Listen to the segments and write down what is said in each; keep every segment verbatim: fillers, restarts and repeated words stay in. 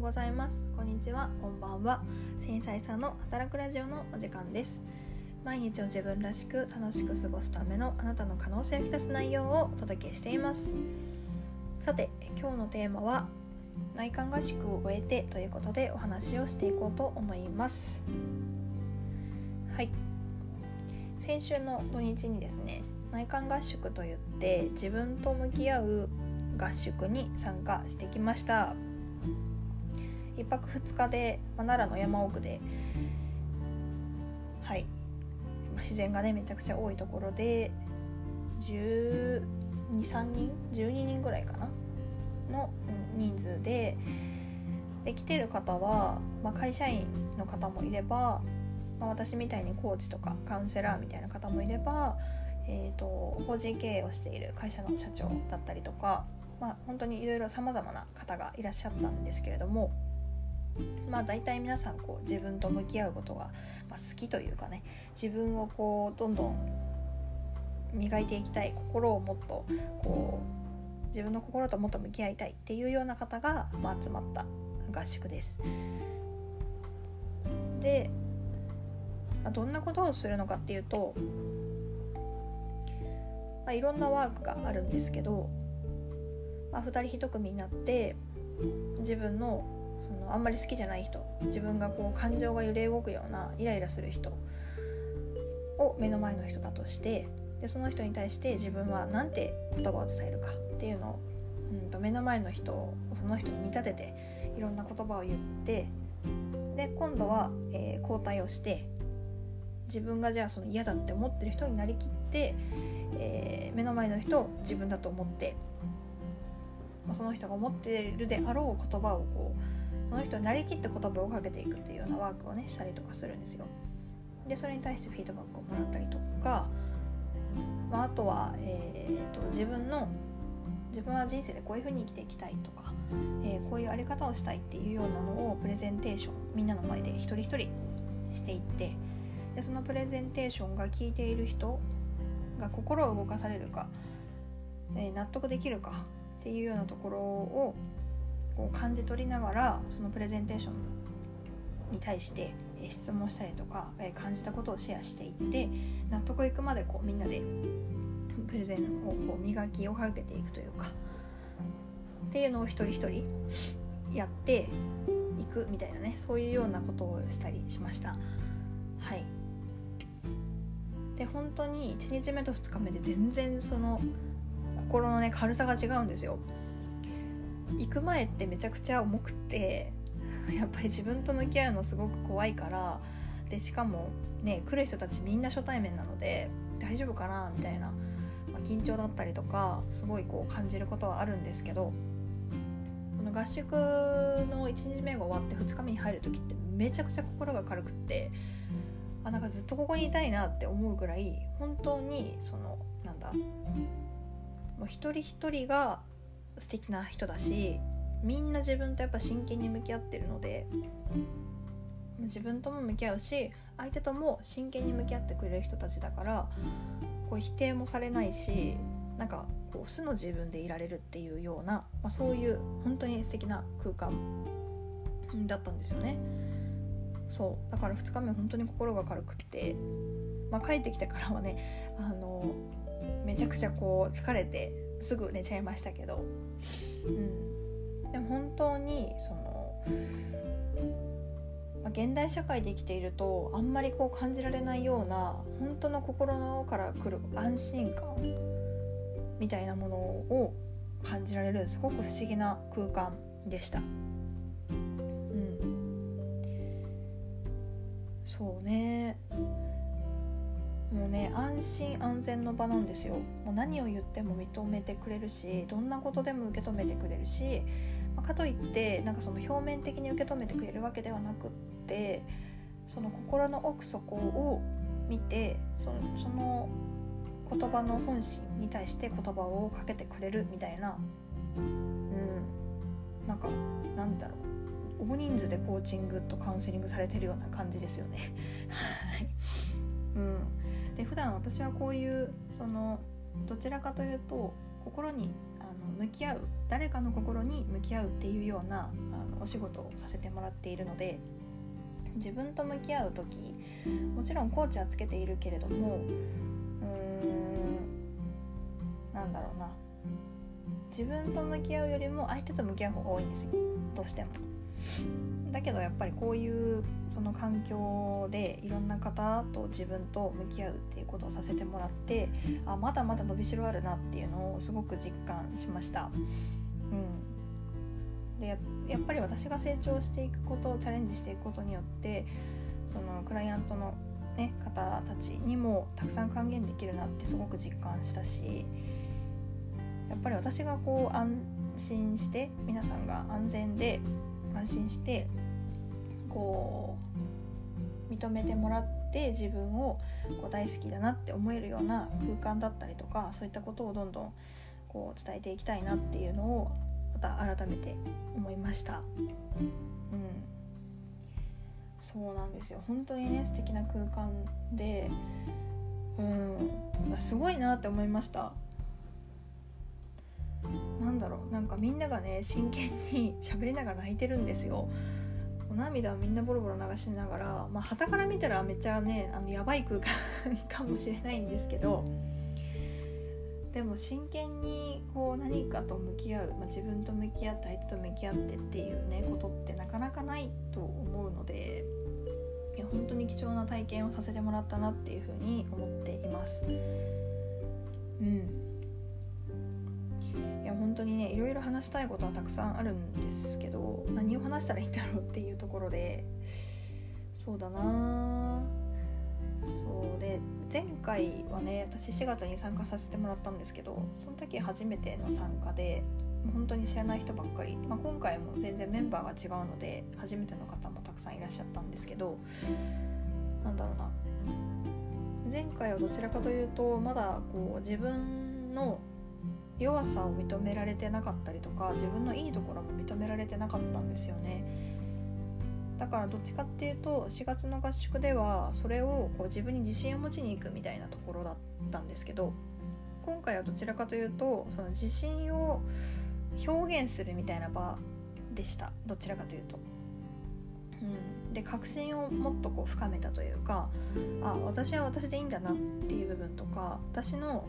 ございます。こんにちは、こんばんは。繊細さんの働くラジオのお時間です。毎日を自分らしく楽しく過ごすためのあなたの可能性を引き出す内容をお届けしています。さて、今日のテーマは内観合宿を終えてということでお話をしていこうと思います。はい。先週の土日にですね、内観合宿といって自分と向き合う合宿に参加してきました。いっぱくふつかで、まあ、奈良の山奥で、はい、自然がねめちゃくちゃ多いところでじゅうに、さんにんじゅうににんぐらいかなの人数で、で来てる方は、まあ、会社員の方もいれば、まあ、私みたいにコーチとかカウンセラーみたいな方もいれば、えーと、法人経営をしている会社の社長だったりとか、まあ、本当にいろいろ様々な方がいらっしゃったんですけれども、まあ、大体皆さんこう自分と向き合うことが、まあ、好きというかね、自分をこうどんどん磨いていきたい、心をもっとこう自分の心ともっと向き合いたいっていうような方が、まあ、集まった合宿です。で、まあ、どんなことをするのかっていうと、まあ、いろんなワークがあるんですけど、まあ、ふたりいち組になって自分のそのあんまり好きじゃない人、自分がこう感情が揺れ動くようなイライラする人を目の前の人だとして、でその人に対して自分はなんて言葉を伝えるかっていうのを、うんと目の前の人をその人に見立てていろんな言葉を言って、で今度は、えー、交代をして自分がじゃあその嫌だって思ってる人になりきって、えー、目の前の人を自分だと思って、その人が思っているであろう言葉をこうその人になりきって言葉をかけていくっていうようなワークをねしたりとかするんですよ。でそれに対してフィードバックをもらったりとか、まあ、あとは、えー、と自分の自分は人生でこういう風に生きていきたいとか、えー、こういうあり方をしたいっていうようなのをプレゼンテーションみんなの前で一人一人していって、でそのプレゼンテーションが聞いている人が心を動かされるか、えー、納得できるかっていうようなところをこう感じ取りながら、そのプレゼンテーションに対して質問したりとか感じたことをシェアしていって、納得いくまでこうみんなでプレゼンをこう磨きをかけていくというかっていうのを一人一人やっていくみたいなね、そういうようなことをしたりしました。はい。で本当にいちにちめとふつかめで全然その心のね軽さが違うんですよ。行く前ってめちゃくちゃ重くて、やっぱり自分と向き合うのすごく怖いから、でしかもね来る人たちみんな初対面なので大丈夫かなみたいな、まあ、緊張だったりとかすごいこう感じることはあるんですけど、この合宿のいちにちめが終わってふつかめに入る時ってめちゃくちゃ心が軽くって、あなんかずっとここにいたいなって思うぐらい、本当にそのなんだもう一人一人が素敵な人だし、みんな自分とやっぱ真剣に向き合ってるので、自分とも向き合うし相手とも真剣に向き合ってくれる人たちだから、こう否定もされないし、なんかこう素の自分でいられるっていうような、まあ、そういう本当に素敵な空間だったんですよね。そうだからふつかめ本当に心が軽くって、まあ、帰ってきてからはねあのめちゃくちゃこう疲れてすぐ寝ちゃいましたけど、うん、でも本当にその、まあ、現代社会で生きているとあんまりこう感じられないような本当の心のから来る安心感みたいなものを感じられるすごく不思議な空間でした。うん、そうね。もうね安心安全の場なんですよ。もう何を言っても認めてくれるし、どんなことでも受け止めてくれるし、まあ、かといってなんかその表面的に受け止めてくれるわけではなくって、その心の奥底を見て、その、その言葉の本心に対して言葉をかけてくれるみたいな、うん、なんかなんだろう、大人数でコーチングとカウンセリングされてるような感じですよね。はい。うん。で普段私はこういうそのどちらかというと心にあの向き合う、誰かの心に向き合うっていうようなあのお仕事をさせてもらっているので、自分と向き合う時、もちろんコーチはつけているけれども、うーんなんだろうな自分と向き合うよりも相手と向き合う方が多いんですよ、どうしても。だけどやっぱりこういうその環境でいろんな方と自分と向き合うっていうことをさせてもらって、あまだまだ伸びしろあるなっていうのをすごく実感しました。うん、で や, やっぱり私が成長していくことをチャレンジしていくことによって、そのクライアントの、ね、方たちにもたくさん還元できるなってすごく実感したし、やっぱり私がこう安心して、皆さんが安全で安心してこう認めてもらって自分をこう大好きだなって思えるような空間だったりとか、そういったことをどんどんこう伝えていきたいなっていうのをまた改めて思いました。うん、そうなんですよ。本当にね素敵な空間で、うん、すごいなって思いました。なんだろう、なんかみんながね真剣に喋りながら泣いてるんですよ。涙をみんなボロボロ流しながら、まあ傍から見たらめっちゃねあのやばい空間かもしれないんですけど、でも真剣にこう何かと向き合う、まあ、自分と向き合って相手と向き合ってっていうねことってなかなかないと思うので、いや本当に貴重な体験をさせてもらったなっていうふうに思っています。うんいや本当にねいろいろ話したいことはたくさんあるんですけど、何を話したらいいんだろうっていうところで、そうだなそうで前回はね私しがつに参加させてもらったんですけど、その時初めての参加で本当に知らない人ばっかり、まあ、今回も全然メンバーが違うので初めての方もたくさんいらっしゃったんですけど、なんだろうな前回はどちらかというとまだこう自分の弱さを認められてなかったりとか、自分のいいところも認められてなかったんですよね。だからどっちかっていうとしがつの合宿ではそれをこう自分に自信を持ちに行くみたいなところだったんですけど、今回はどちらかというとその自信を表現するみたいな場でした。どちらかというと、うん、で確信をもっとこう深めたというか、あ私は私でいいんだなっていう部分とか、私の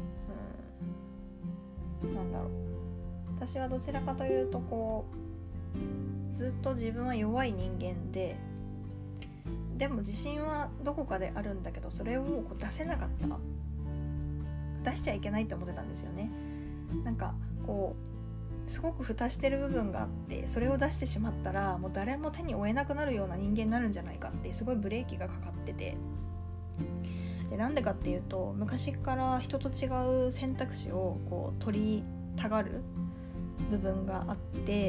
なんだろう私はどちらかというとこうずっと自分は弱い人間で、でも自信はどこかであるんだけどそれをこう出せなかった、出しちゃいけないって思ってたんですよね。なんかこうすごく蓋してる部分があって、それを出してしまったらもう誰も手に負えなくなるような人間になるんじゃないかってすごいブレーキがかかってて、でなんでかっていうと昔から人と違う選択肢をこう取りたがる部分があって、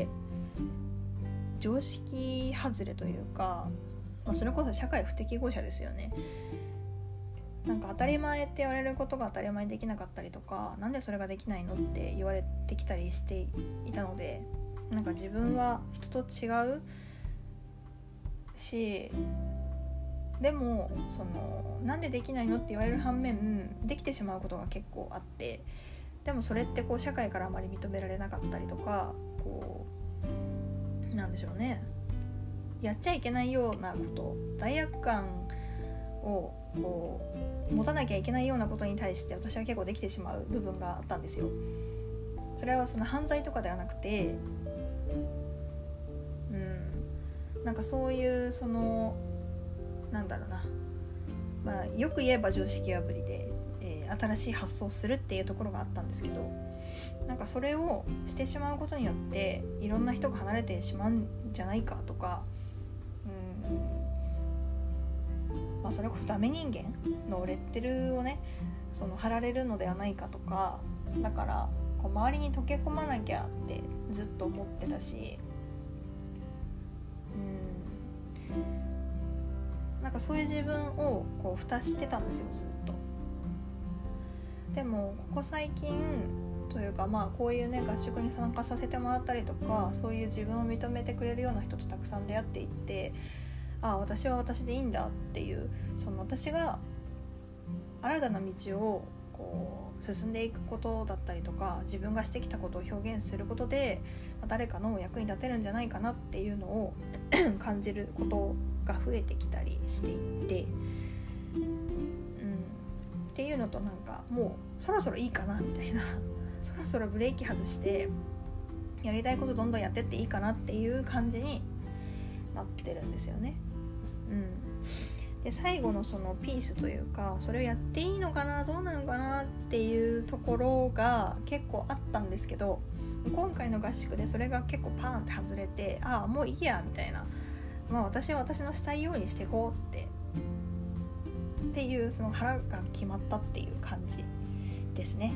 常識外れというか、まあ、それこそ社会不適合者ですよね。なんか当たり前って言われることが当たり前にできなかったりとか、なんでそれができないのって言われてきたりしていたので、なんか自分は人と違うし、でもそのなんでできないのって言われる反面できてしまうことが結構あって、でもそれってこう社会からあまり認められなかったりとか、こうなんでしょうね、やっちゃいけないようなこと、罪悪感をこう持たなきゃいけないようなことに対して私は結構できてしまう部分があったんですよ。それはその犯罪とかではなくて、うんなんかそういうそのなんだろうな、まあ、よく言えば常識破りで、えー、新しい発想をするっていうところがあったんですけど、なんかそれをしてしまうことによっていろんな人が離れてしまうんじゃないかとか、うんまあ、それこそダメ人間のレッテルをねその貼られるのではないかとか、だからこう周りに溶け込まなきゃってずっと思ってたし、うんなんかそういう自分をこう蓋してたんですよずっと。でもここ最近というか、まあこういうね合宿に参加させてもらったりとか、そういう自分を認めてくれるような人とたくさん出会っていって、あ私は私でいいんだっていう、その私が新たな道をこう進んでいくことだったりとか、自分がしてきたことを表現することで誰かの役に立てるんじゃないかなっていうのを感じることが増えてきたりしていて、うん、っていうのと、なんかもうそろそろいいかなみたいなそろそろブレーキ外してやりたいことどんどんやってっていいかなっていう感じになってるんですよね。うん、で最後のそのピースというか、それをやっていいのかなどうなのかなっていうところが結構あったんですけど、今回の合宿でそれが結構パーンって外れて、ああもういいやみたいな、まあ私は私のしたいようにしていこうってっていう、その腹が決まったっていう感じですね。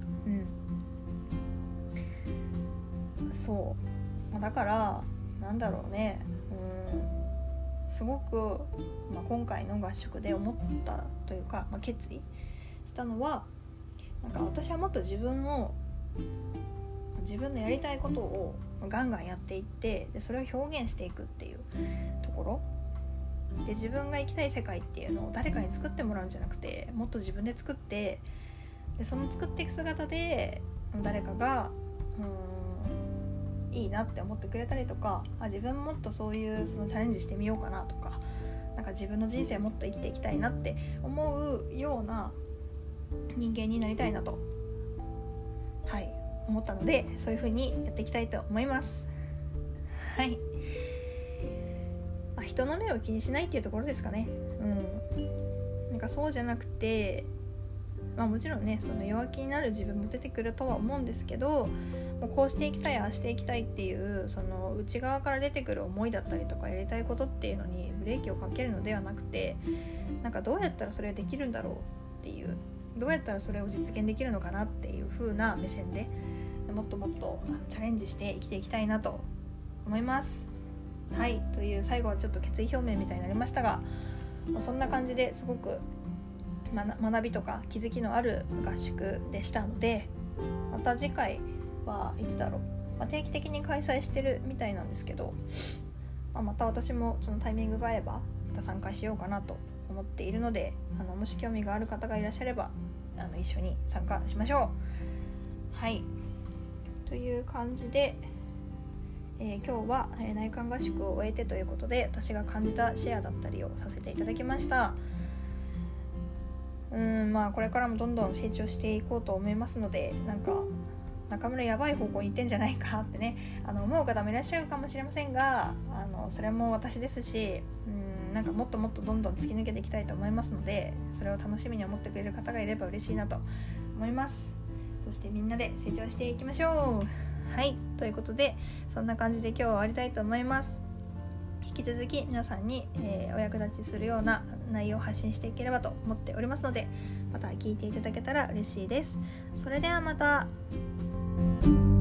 うん、そう、だからなんだろうね、うん、すごく、まあ、今回の合宿で思ったというか、まあ、決意したのは、なんか私はもっと自分を自分のやりたいことをガンガンやっていって、でそれを表現していくっていうところで、自分が行きたい世界っていうのを誰かに作ってもらうんじゃなくて、もっと自分で作って、でその作っていく姿で誰かがうーんいいなって思ってくれたりとか、あ自分もっとそういうそのチャレンジしてみようかなとか、なんか自分の人生もっと生きていきたいなって思うような人間になりたいなと、はい思ったので、そういう風にやっていきたいと思います。はい、まあ、人の目を気にしないっていうところですかね。うん、なんかそうじゃなくて、まあ、もちろんねその弱気になる自分も出てくるとは思うんですけど、もうこうしていきたい、ああしていきたいっていうその内側から出てくる思いだったりとか、やりたいことっていうのにブレーキをかけるのではなくて、なんかどうやったらそれができるんだろうっていう、どうやったらそれを実現できるのかなっていう風な目線でもっともっとチャレンジして生きていきたいなと思います。はい、という最後はちょっと決意表明みたいになりましたが、まあ、そんな感じですごく学びとか気づきのある合宿でしたので、また次回はいつだろう、まあ、定期的に開催してるみたいなんですけど、まあ、また私もそのタイミングが合えばまた参加しようかなと思っているので、あのもし興味がある方がいらっしゃればあの一緒に参加しましょう。はい、という感じで、えー、今日は、えー、内観合宿を終えてということで、私が感じたシェアだったりをさせていただきました。うんまあこれからもどんどん成長していこうと思いますので、なんか中村やばい方向に行ってんじゃないかってね、あの思う方もいらっしゃるかもしれませんが、あのそれも私ですし、うんなんかもっともっとどんどん突き抜けていきたいと思いますので、それを楽しみに思ってくれる方がいれば嬉しいなと思います。そしてみんなで成長していきましょう。はい、ということでそんな感じで今日は終わりたいと思います。引き続き皆さんに、えー、お役立ちするような内容を発信していければと思っておりますので、また聞いていただけたら嬉しいです。それではまた。